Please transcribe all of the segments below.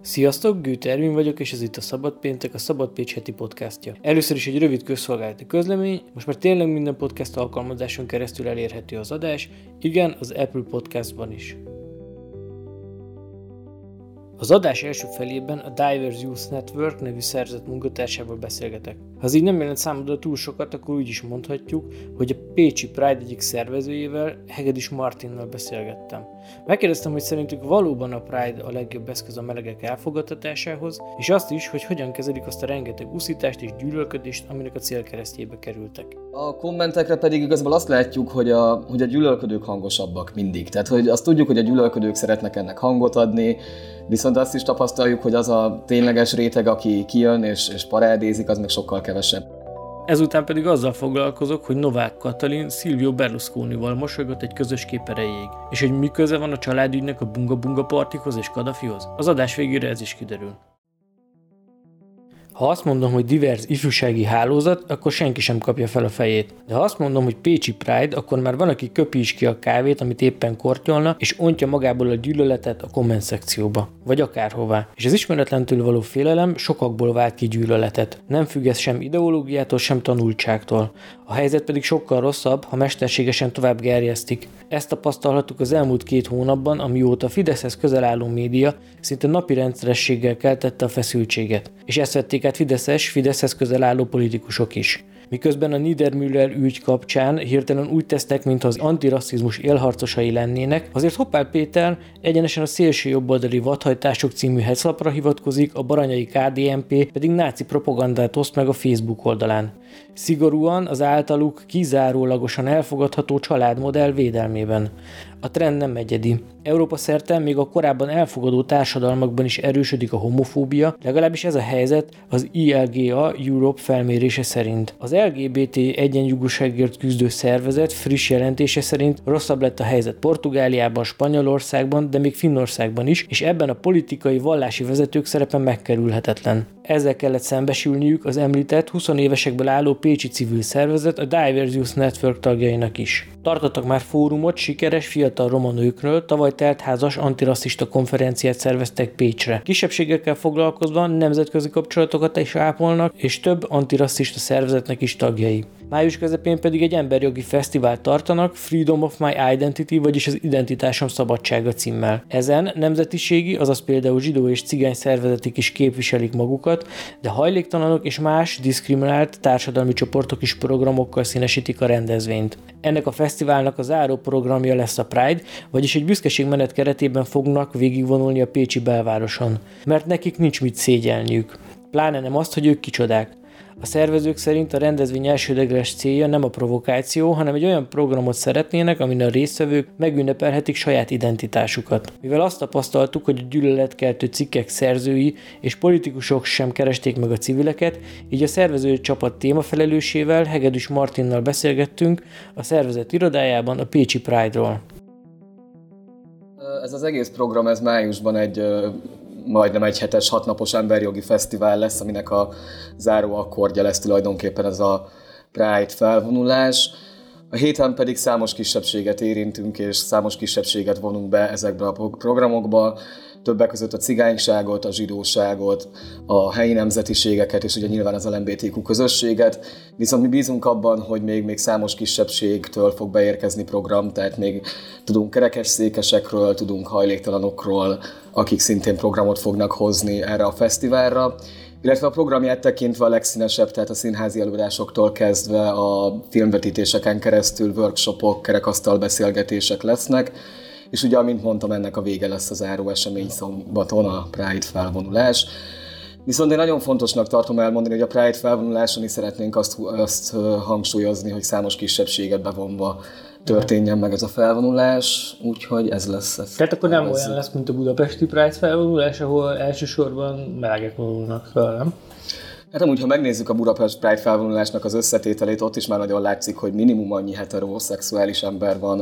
Sziasztok, Gőte Ervin vagyok, és ez itt a Szabad Péntek, a Szabad Pécs heti podcastja. Először is egy rövid közszolgálati közlemény, most már tényleg minden podcast alkalmazáson keresztül elérhető az adás, igen, az Apple Podcastban is. Az adás első felében a Divers Youth Network nevű szervezet munkatársával beszélgetek. Ha ez így nem jelent számodra túl sokat, akkor úgy is mondhatjuk, hogy a Pécsi Pride egyik szervezőjével, Hegedűs Martinnal beszélgettem. Megkérdeztem, hogy szerintük valóban a Pride a legjobb eszköz a melegek elfogadtatásához, és azt is, hogy hogyan kezelik azt a rengeteg uszítást és gyűlölködést, aminek a célkeresztjébe kerültek. A kommentekre pedig igazából azt látjuk, hogy a gyűlölködők hangosabbak mindig. Tehát, hogy azt tudjuk, hogy a gyűlölködők szeretnek ennek hangot adni, viszont azt is tapasztaljuk, hogy az a tényleges réteg, aki kijön és parádézik, az meg sokkal kevesebb. Ezután pedig azzal foglalkozok, hogy Novák Katalin Silvio Berlusconival mosolygott egy közös kép erejéig, és hogy mi köze van a családügynek a bunga-bunga partikhoz és Kadhafihoz. Az adás végére ez is kiderül. Ha azt mondom, hogy divers ifjúsági hálózat, akkor senki sem kapja fel a fejét. De ha azt mondom, hogy Pécsi Pride, akkor már van, aki köpi is ki a kávét, amit éppen kortyolna, és ontja magából a gyűlöletet a komment szekcióba. Vagy akárhová. És az ismeretlentől való félelem sokakból vált ki gyűlöletet. Nem függ ez sem ideológiától, sem tanultságtól. A helyzet pedig sokkal rosszabb, ha mesterségesen tovább gerjesztik. Ezt tapasztalhattuk az elmúlt 2 hónapban, amióta a Fideszhez közel álló média szinte napi rendszerességgel keltette a feszültséget. És ezt vették át Fideszhez közel álló politikusok is. Miközben a Niedermüller ügy kapcsán hirtelen úgy tesznek, mintha az antirasszizmus élharcosai lennének, azért Hoppál Péter egyenesen a szélső jobboldali vadhajtások című heclapra hivatkozik, a baranyai KDNP pedig náci propagandát oszt meg a Facebook oldalán. Szigorúan az általuk kizárólagosan elfogadható családmodell védelmében. A trend nem egyedi. Európa szerte még a korábban elfogadó társadalmakban is erősödik a homofóbia, legalábbis ez a helyzet az ILGA Europe felmérése szerint. Az LGBT egyenjogúságért küzdő szervezet friss jelentése szerint rosszabb lett a helyzet Portugáliában, Spanyolországban, de még Finnországban is, és ebben a politikai vallási vezetők szerepe megkerülhetetlen. Ezzel kellett szembesülniük az említett 20 évesekből álló pécsi civil szervezet, a Divers Youth Network tagjainak is. Tartottak már fórumot sikeres fiatal roma nőkről, tavaly teltházas antirasszista konferenciát szerveztek Pécsre. Kisebbségekkel foglalkozva nemzetközi kapcsolatokat is ápolnak, és több antirasszista szervezetnek is tagjai. Május közepén pedig egy emberjogi fesztivált tartanak, Freedom of My Identity, vagyis az Identitásom szabadsága címmel. Ezen nemzetiségi, azaz például zsidó és cigány szervezetek is képviselik magukat, de hajléktalanok és más diszkriminált társadalmi csoportok is programokkal színesítik a rendezvényt. Ennek a fesztiválnak a záró programja lesz a Pride, vagyis egy büszkeségmenet keretében fognak végigvonulni a pécsi belvároson. Mert nekik nincs mit szégyelniük. Pláne nem azt, hogy ők kicsodák. A szervezők szerint a rendezvény elsődleges célja nem a provokáció, hanem egy olyan programot szeretnének, amin a résztvevők megünnepelhetik saját identitásukat. Mivel azt tapasztaltuk, hogy a gyűlöletkeltő cikkek szerzői és politikusok sem keresték meg a civileket, így a szervező csapat témafelelősével, Hegedűs Martinnal beszélgettünk a szervezet irodájában a Pécsi Pride-ról. Ez az egész program, ez májusban egy majdnem egy hetes, 6 napos emberjogi fesztivál lesz, aminek a záró akkordja lesz tulajdonképpen ez a Pride felvonulás. A héten pedig számos kisebbséget érintünk, és számos kisebbséget vonunk be ezekbe a programokba, többek között a cigányságot, a zsidóságot, a helyi nemzetiségeket, és ugye nyilván az LMBTQ közösséget. Viszont mi bízunk abban, hogy még számos kisebbségtől fog beérkezni program, tehát még tudunk kerekesszékesekről, tudunk hajléktalanokról, akik szintén programot fognak hozni erre a fesztiválra. Illetve a programját tekintve a legszínesebb, tehát a színházi előadásoktól kezdve a filmvetítéseken keresztül workshopok, kerekasztal beszélgetések lesznek, és ugye, amint mondtam, ennek a vége lesz a záró esemény szombaton, a Pride felvonulás. Viszont én nagyon fontosnak tartom elmondani, hogy a Pride felvonuláson is szeretnénk azt hangsúlyozni, hogy számos kisebbséget bevonva történjen meg ez a felvonulás, úgyhogy ez lesz. Tehát akkor nem olyan lesz, mint a budapesti Pride felvonulás, ahol elsősorban melegek vonulnak fel, nem? Hát amúgy, ha megnézzük a Budapest Pride felvonulásnak az összetételét, ott is már nagyon látszik, hogy minimum annyi heteroszexuális ember van,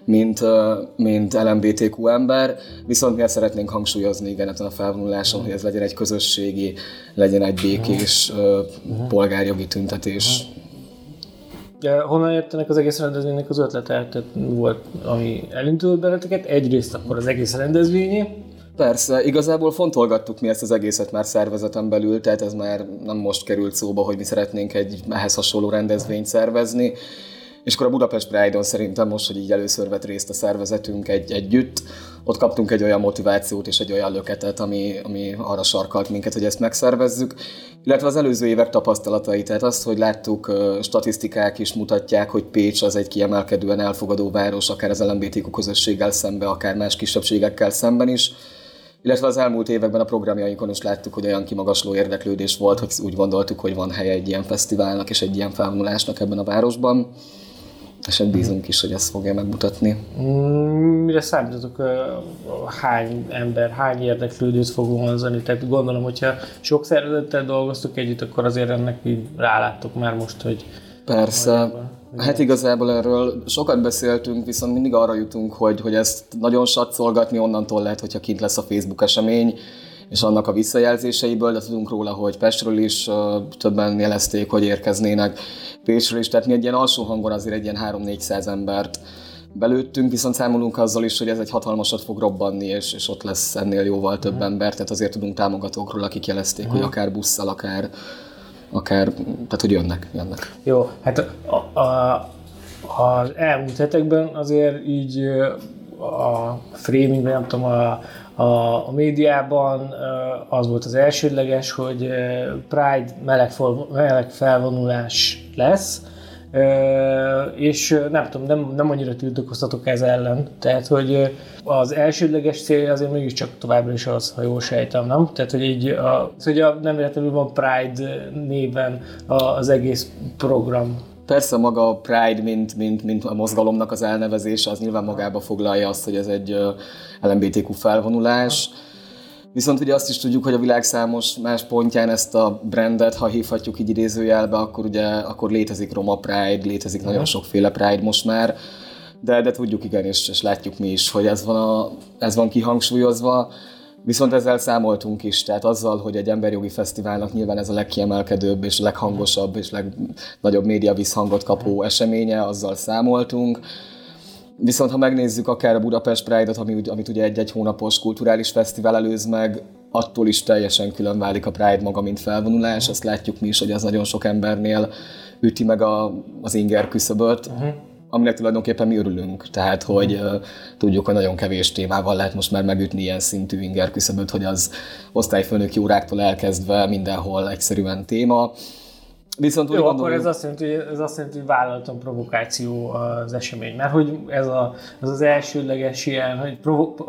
mint LMBTQ ember, viszont mi ezt szeretnénk hangsúlyozni igen ezen a felvonuláson, hogy ez legyen egy közösségi, legyen egy békés polgárjogi tüntetés. De honnan jött ennek az egész rendezvénynek az ötlete? Tehát volt, ami elindult benneteket, egyrészt akkor az egész rendezvényé, Persze, igazából fontolgattuk mi ezt az egészet már szervezeten belül, tehát ez már nem most került szóba, hogy mi szeretnénk egy ehhez hasonló rendezvényt szervezni. És akkor a Budapest Pride-on szerintem most, hogy így először vett részt a szervezetünk együtt, ott kaptunk egy olyan motivációt és egy olyan löketet, ami arra sarkalt minket, hogy ezt megszervezzük. Illetve az előző évek tapasztalatai, tehát azt, hogy láttuk, statisztikák is mutatják, hogy Pécs az egy kiemelkedően elfogadó város, akár az LMBTQ közösséggel szemben, akár más kisebbségekkel szemben is. Illetve az elmúlt években a programjainkon is láttuk, hogy olyan kimagasló érdeklődés volt, hogy úgy gondoltuk, hogy van helye egy ilyen fesztiválnak és egy ilyen felvonulásnak ebben a városban. És bízunk is, hogy ezt fogja megmutatni. Mire számítotok, hány ember, hány érdeklődőt fog vonzani? Tehát gondolom, hogyha sok szervezettel dolgoztok együtt, akkor azért ennek így ráláttok már most, hogy... Persze. Hát igazából erről sokat beszéltünk, viszont mindig arra jutunk, hogy ezt nagyon satszolgatni onnantól lehet, hogyha kint lesz a Facebook esemény, és annak a visszajelzéseiből, de tudunk róla, hogy Pestről is többen jelezték, hogy érkeznének, Pécsről is, tehát mi egy ilyen alsó hangon azért egy ilyen 300-400 embert belőttünk, viszont számolunk azzal is, hogy ez egy hatalmasat fog robbanni, és ott lesz ennél jóval több ember, tehát azért tudunk támogatókról, akik jelezték, hogy akár busszal, akár, tehát hogy jönnek. Jó, hát az elmúlt hetekben azért így a framingben, nem tudom, a médiában az volt az elsődleges, hogy Pride meleg felvonulás lesz, és nem tudom, nem annyira tiltakoztatok ez ellen. Tehát, hogy az elsődleges célja azért mégiscsak továbbra is az, ha jól sejtem, nem? Tehát, hogy így nem véletlenül van Pride néven az egész program. Persze maga a Pride, mint a mozgalomnak az elnevezése, az nyilván magába foglalja azt, hogy ez egy LMBTQ felvonulás. Viszont ugye azt is tudjuk, hogy a világ számos más pontján ezt a brandet, ha hívhatjuk így idézőjelbe, akkor létezik Roma Pride, létezik nagyon sokféle Pride most már, de tudjuk igen, és látjuk mi is, hogy ez van kihangsúlyozva. Viszont ezzel számoltunk is, tehát azzal, hogy egy emberjogi fesztiválnak nyilván ez a legkiemelkedőbb és leghangosabb és legnagyobb média visszhangot kapó eseménye, azzal számoltunk. Viszont ha megnézzük akár a Budapest Pride-ot, amit ugye egy hónapos kulturális fesztivál előz meg, attól is teljesen külön válik a Pride maga, mint felvonulás. Azt látjuk mi is, hogy az nagyon sok embernél üti meg az inger küszöböt, aminek tulajdonképpen mi örülünk. Tehát, hogy tudjuk, hogy nagyon kevés témával lehet most már megütni ilyen szintű inger küszöböt, hogy az osztályfőnöki óráktól elkezdve mindenhol egyszerűen téma. Viszont jó, akkor ez azt jelenti, hogy vállaltam provokáció az esemény, mert hogy ez az elsődleges ilyen, hogy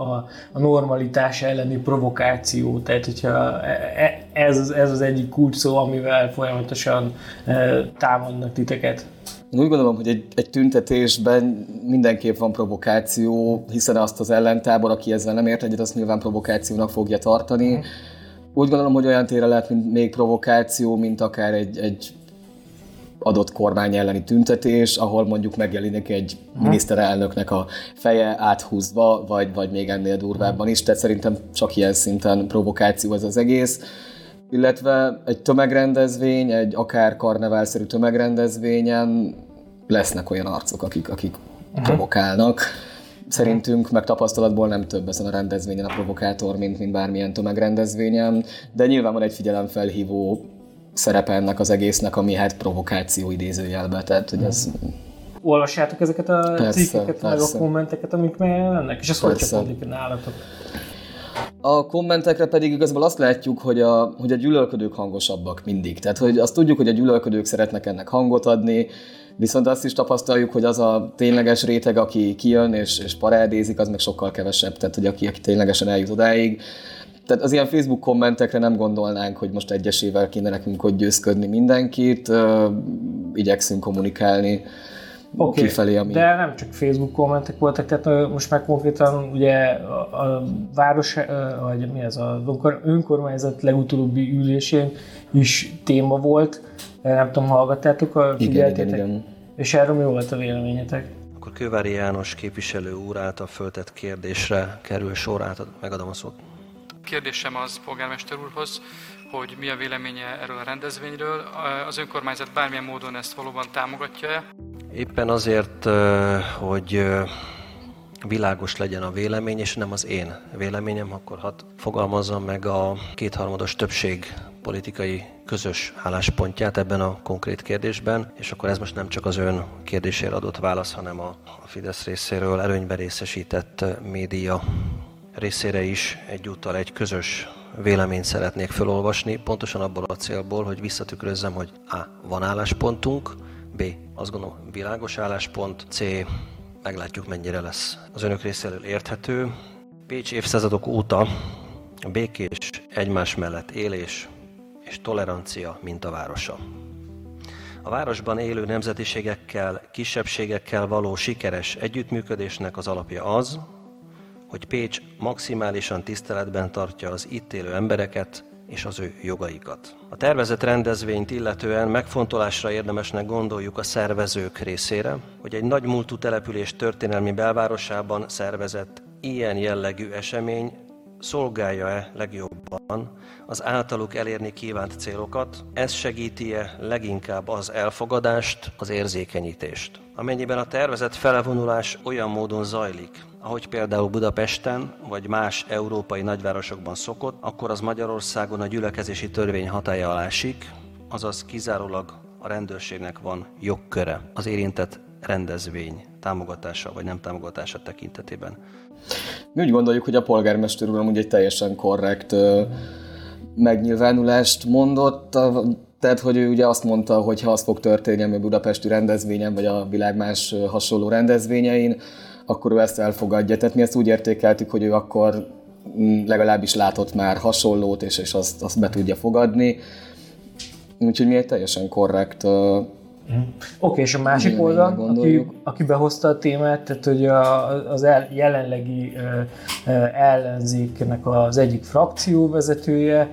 a normalitás elleni provokáció, tehát hogyha ez az egyik kulcs szó, amivel folyamatosan támadnak titeket. Én úgy gondolom, hogy egy tüntetésben mindenképp van provokáció, hiszen azt az ellentábor, aki ezzel nem ért egyet, azt nyilván provokációnak fogja tartani. Úgy gondolom, hogy olyan térre lehet még provokáció, mint akár egy adott kormány elleni tüntetés, ahol mondjuk megjelenik egy miniszterelnöknek a feje áthúzva, vagy még ennél durvábban is, tehát szerintem csak ilyen szinten provokáció ez az egész. Illetve egy tömegrendezvény, egy akár karneválszerű tömegrendezvényen lesznek olyan arcok, akik provokálnak. Szerintünk meg tapasztalatból nem több ezen a rendezvényen a provokátor, mint bármilyen tömegrendezvényen, de nyilván van egy figyelemfelhívó szerepe ennek az egésznek, ami hát provokáció idézőjelbe, tehát hogy ez... Olvassátok ezeket a cikkeket, meg a kommenteket, amik megjelennek, és ez hogy csapódik nálatok? A kommentekre pedig igazából azt látjuk, hogy a gyűlölködők hangosabbak mindig. Tehát hogy azt tudjuk, hogy a gyűlölködők szeretnek ennek hangot adni, viszont azt is tapasztaljuk, hogy az a tényleges réteg, aki kijön és parádézik, az meg sokkal kevesebb, tehát hogy aki ténylegesen eljut odáig. Tehát az ilyen Facebook kommentekre nem gondolnánk, hogy most egyesével kéne nekünk ott győzködni mindenkit, igyekszünk kommunikálni kifelé. Ami... De nem csak Facebook kommentek voltak, tehát most már konkrétan ugye a város, vagy mi ez, az önkormányzat legutóbbi ülésén is téma volt. Nem tudom, hallgattátok, figyeltétek? Igen. És erről mi volt a véleményetek? Akkor Kővári János képviselő úr által föltett kérdésre kerül sor, megadom a szót. Kérdésem az polgármester úrhoz, hogy mi a véleménye erről a rendezvényről. Az önkormányzat bármilyen módon ezt valóban támogatja-e? Éppen azért, hogy világos legyen a vélemény, és nem az én véleményem, akkor hadd fogalmazzam meg a kétharmados többség politikai közös álláspontját ebben a konkrét kérdésben, és akkor ez most nem csak az ön kérdésére adott válasz, hanem a Fidesz részéről előnyben részesített média részére is egyúttal egy közös véleményt szeretnék felolvasni, pontosan abból a célból, hogy visszatükrözzem, hogy A. van álláspontunk, B. azt gondolom világos álláspont, C. meglátjuk mennyire lesz az önök részéről érthető. Pécs évszázadok óta a békés egymás mellett élés és tolerancia mintavárosa. A városban élő nemzetiségekkel, kisebbségekkel való sikeres együttműködésnek az alapja az, hogy Pécs maximálisan tiszteletben tartja az itt élő embereket és az ő jogaikat. A tervezett rendezvényt illetően megfontolásra érdemesnek gondoljuk a szervezők részére, hogy egy nagy múltú település történelmi belvárosában szervezett ilyen jellegű esemény szolgálja-e legjobban az általuk elérni kívánt célokat, ez segíti-e leginkább az elfogadást, az érzékenyítést. Amennyiben a tervezett felvonulás olyan módon zajlik, ahogy például Budapesten vagy más európai nagyvárosokban szokott, akkor az Magyarországon a gyülekezési törvény hatálya alá esik, azaz kizárólag a rendőrségnek van jogköre az érintett rendezvény támogatása vagy nem támogatása tekintetében. Mi úgy gondoljuk, hogy a polgármester úr amúgy egy teljesen korrekt megnyilvánulást mondott, tehát, hogy ő ugye azt mondta, hogy ha az fog történni a budapesti rendezvényen, vagy a világ más hasonló rendezvényein, akkor ő ezt elfogadja. Tehát mi ezt úgy értékeltük, hogy ő akkor legalábbis látott már hasonlót, és azt be tudja fogadni. Úgyhogy mi egy teljesen korrekt Oké, és a másik oldal, aki behozta a témát, tehát hogy az jelenlegi ellenzéknek az egyik frakcióvezetője,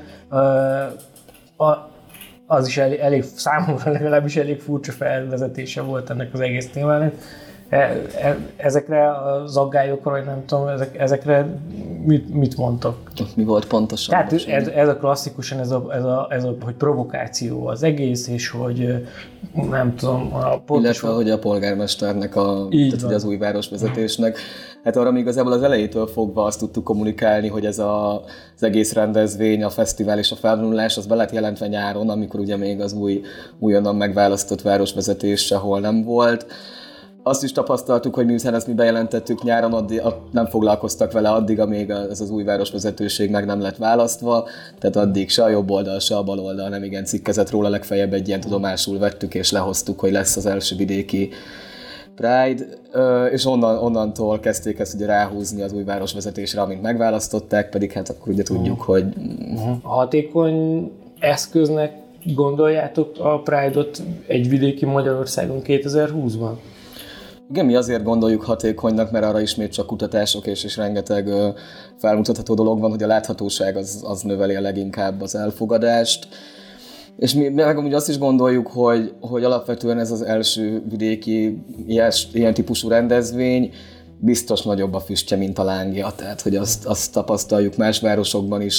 az is elég számomra legalábbis elég furcsa felvezetése volt ennek az egész témának. Ezekre az aggályokra, vagy nem tudom, ezekre mit mondtak? Mi volt pontosan? Tehát ez a klasszikusan, ez a hogy provokáció az egész, és hogy nem tudom, illetve, hogy a polgármesternek, tehát az új városvezetésnek. Hát arra még igazából az elejétől fogva azt tudtuk kommunikálni, hogy ez az egész rendezvény, a fesztivál és a felvonulás, az be lett jelentve nyáron, amikor ugye még az újonnan megválasztott városvezetés sehol nem volt. Azt is tapasztaltuk, hogy miután ezt mi bejelentettük nyáron, addig nem foglalkoztak vele addig, amíg ez az új városvezetőség meg nem lett választva, tehát addig se a jobb oldal, se a bal oldal nem igen cikkezett róla, legfeljebb egy ilyen tudomásul vettük és lehoztuk, hogy lesz az első vidéki Pride, és onnantól kezdték ezt ugye ráhúzni az új városvezetésre, amint megválasztották, pedig hát akkor ugye tudjuk, hogy... Hatékony eszköznek gondoljátok a Pride-ot egy vidéki Magyarországon 2020-ban? Igen, mi azért gondoljuk hatékonynak, mert arra ismét csak kutatások és rengeteg felmutatható dolog van, hogy a láthatóság az növeli a leginkább az elfogadást. És mi meg amúgy azt is gondoljuk, hogy alapvetően ez az első vidéki ilyen típusú rendezvény biztos nagyobb a füstje, mint a lángja. Tehát, hogy azt tapasztaljuk más városokban is,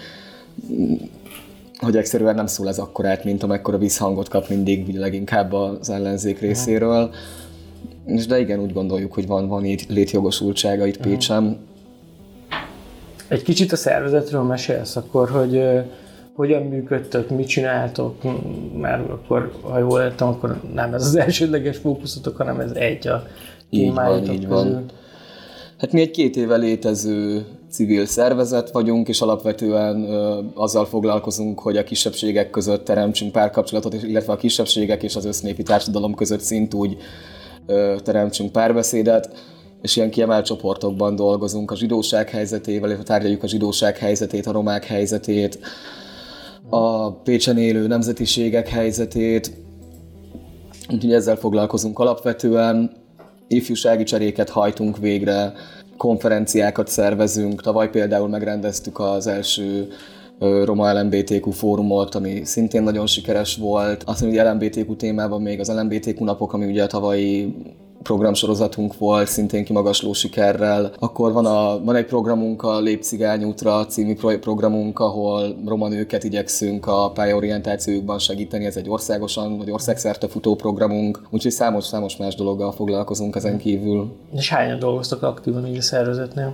hogy egyszerűen nem szól ez akkorát, mint amekkora visszhangot kap mindig leginkább az ellenzék részéről. De igen, úgy gondoljuk, hogy van létjogosultsága itt Pécsen. Egy kicsit a szervezetről mesélsz akkor, hogy hogyan működtök, mit csináltok, mert akkor, ha jól értem, akkor nem ez az elsődleges fókuszotok, hanem ez egy a témáitok így van. Hát mi egy 2 éve létező civil szervezet vagyunk, és alapvetően azzal foglalkozunk, hogy a kisebbségek között teremtsünk párkapcsolatot, illetve a kisebbségek és az össznépi társadalom között szintúgy teremtsünk párbeszédet, és ilyen kiemelt csoportokban dolgozunk a zsidóság helyzetével, illetve tárgyaljuk a zsidóság helyzetét, a romák helyzetét, a Pécsen élő nemzetiségek helyzetét, úgyhogy ezzel foglalkozunk alapvetően. Ifjúsági cseréket hajtunk végre, konferenciákat szervezünk, tavaly például megrendeztük az első Roma LMBTQ fórumot, ami szintén nagyon sikeres volt. Azt mondja, hogy LMBTQ témában még az LMBTQ napok, ami ugye a tavalyi programsorozatunk volt, szintén kimagasló sikerrel. Akkor van egy programunk, a Lép Cigányútra című programunk, ahol roma nőket igyekszünk a pályaorientációjukban segíteni. Ez egy országosan, vagy országszerte futó programunk. Úgyhogy számos más dologgal foglalkozunk ezen kívül. És hányan dolgoztak aktívan így a szervezetnél?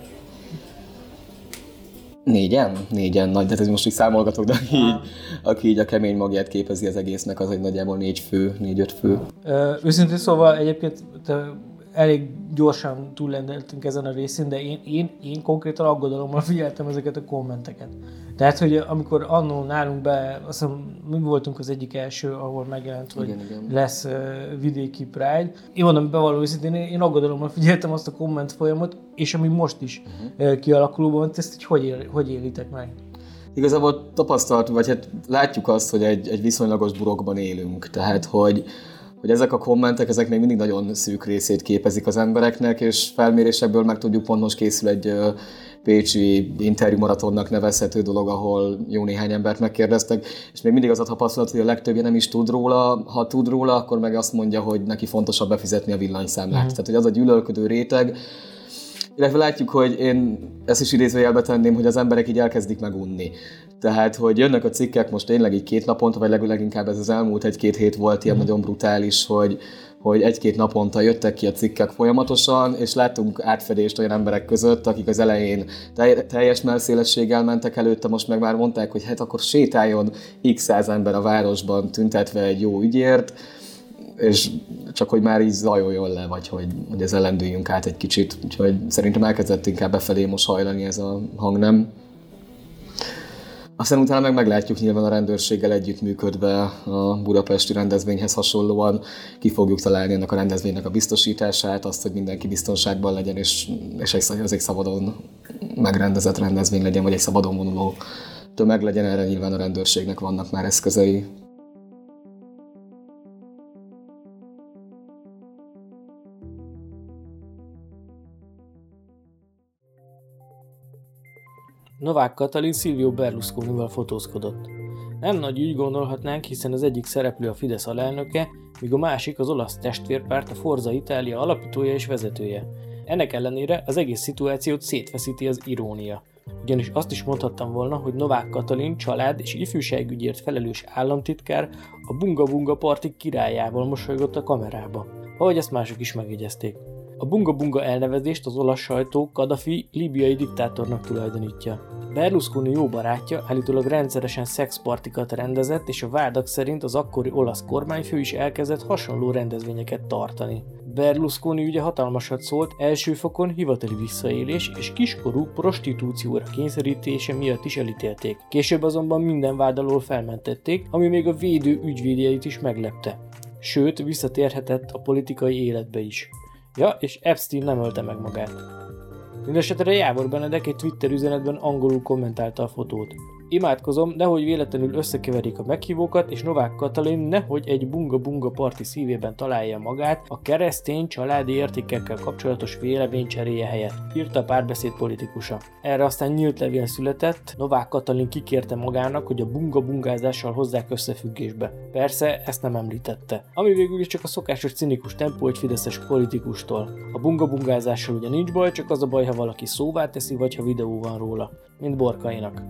Négyen nagy, de ez most így számolgatok, de aki így a kemény magját képezi az egésznek, az egy nagyjából 4-5 fő. Őszintén szóval egyébként elég gyorsan túllendeltünk ezen a részén, de én konkrétan aggodalommal figyeltem ezeket a kommenteket. Tehát, hogy amikor annó nálunk azt hiszem, mi voltunk az egyik első, ahol megjelent, hogy igen. Lesz vidéki Pride. Én mondom, bevalló őszintén, én aggodalommal figyeltem azt a komment folyamot, és ami most is kialakulóban, ezt hogy élitek meg? Igazából vagy hát látjuk azt, hogy egy viszonylagos burokban élünk. Tehát, hogy ezek a kommentek, ezek még mindig nagyon szűk részét képezik az embereknek, és felmérésekből meg tudjuk, pont most készül egy pécsi interjúmaratonnak nevezhető dolog, ahol jó néhány embert megkérdeztek, és még mindig az a tapasztalat, hogy a legtöbbje nem is tud róla, ha tud róla, akkor meg azt mondja, hogy neki fontosabb befizetni a villanyszámlát. Tehát, hogy az a gyűlölködő réteg, illetve látjuk, hogy én ezt is idézőjelbe tenném, hogy az emberek így elkezdik megunni. Tehát, hogy jönnek a cikkek most tényleg így 2 naponta, vagy leginkább ez az elmúlt 1-2 hét volt ilyen nagyon brutális, hogy 1-2 naponta jöttek ki a cikkek folyamatosan, és láttunk átfedést olyan emberek között, akik az elején teljes mellszélességgel mentek előtte, most meg már mondták, hogy hát akkor sétáljon x száz ember a városban tüntetve egy jó ügyért, és csak hogy már így zajoljon le, vagy hogy ezzel lendüljünk át egy kicsit. Úgyhogy szerintem elkezdett inkább befelé most hajlani ez a hangnem. Aztán utána meg meglátjuk nyilván a rendőrséggel együttműködve a budapesti rendezvényhez hasonlóan ki fogjuk találni ennek a rendezvénynek a biztosítását, azt, hogy mindenki biztonságban legyen, és ez egy szabadon megrendezett rendezvény legyen, vagy egy szabadon vonuló tömeg legyen, erre nyilván a rendőrségnek vannak már eszközei. Novák Katalin Silvio Berlusconival fotózkodott. Nem nagy ügy gondolhatnánk, hiszen az egyik szereplő a Fidesz alelnöke, míg a másik az olasz testvérpárt, a Forza Italia alapítója és vezetője. Ennek ellenére az egész szituációt szétfeszíti az irónia. Ugyanis azt is mondhattam volna, hogy Novák Katalin család és ifjúságügyért felelős államtitkár a Bunga Bunga parti királyával mosolygott a kamerába, ahogy ezt mások is megjegyezték. A Bunga Bunga elnevezést az olasz sajtó Kadhafi líbiai diktátornak tulajdonítja. Berlusconi jó barátja állítólag rendszeresen szexpartikat rendezett, és a vádak szerint az akkori olasz kormányfő is elkezdett hasonló rendezvényeket tartani. Berlusconi ügye hatalmasat szólt, első fokon hivatali visszaélés és kiskorú prostitúcióra kényszerítése miatt is elítélték. Később azonban minden vád alól felmentették, ami még a védő ügyvédjeit is meglepte. Sőt, visszatérhetett a politikai életbe is. Ja, és Epstein nem ölte meg magát. Mindenesetre Jávor Benedek egy Twitter üzenetben angolul kommentálta a fotót. Imádkozom, nehogy véletlenül összekeverik a meghívókat, és Novák Katalin nehogy egy Bunga Bunga parti szívében találja magát a keresztény családi értékekkel kapcsolatos véleménycseréje helyett, írta a Párbeszéd politikusa. Erre aztán nyílt levél született, Novák Katalin kikérte magának, hogy a bunga-bungázással hozzák összefüggésbe. Persze, ezt nem említette. Ami végül is csak a szokásos cinikus tempó egy fideszes politikustól. A bunga-bungázással ugye nincs baj, csak az a baj, ha valaki szóvá teszi, vagy ha videó van róla. Mint Borkainak.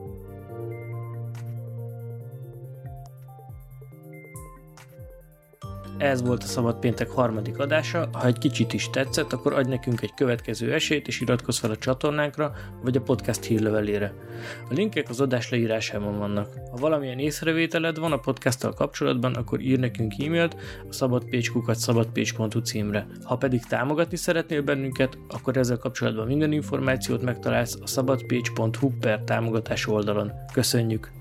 Ez volt a Szabad Péntek harmadik adása, ha egy kicsit is tetszett, akkor adj nekünk egy következő esélyt és iratkozz fel a csatornánkra, vagy a podcast hírlevelére. A linkek az adás leírásában vannak. Ha valamilyen észrevételed van a podcasttal kapcsolatban, akkor ír nekünk e-mailt a szabadpécs@szabadpécs.hu címre. Ha pedig támogatni szeretnél bennünket, akkor ezzel kapcsolatban minden információt megtalálsz a szabadpécs.hu/támogatás oldalon. Köszönjük!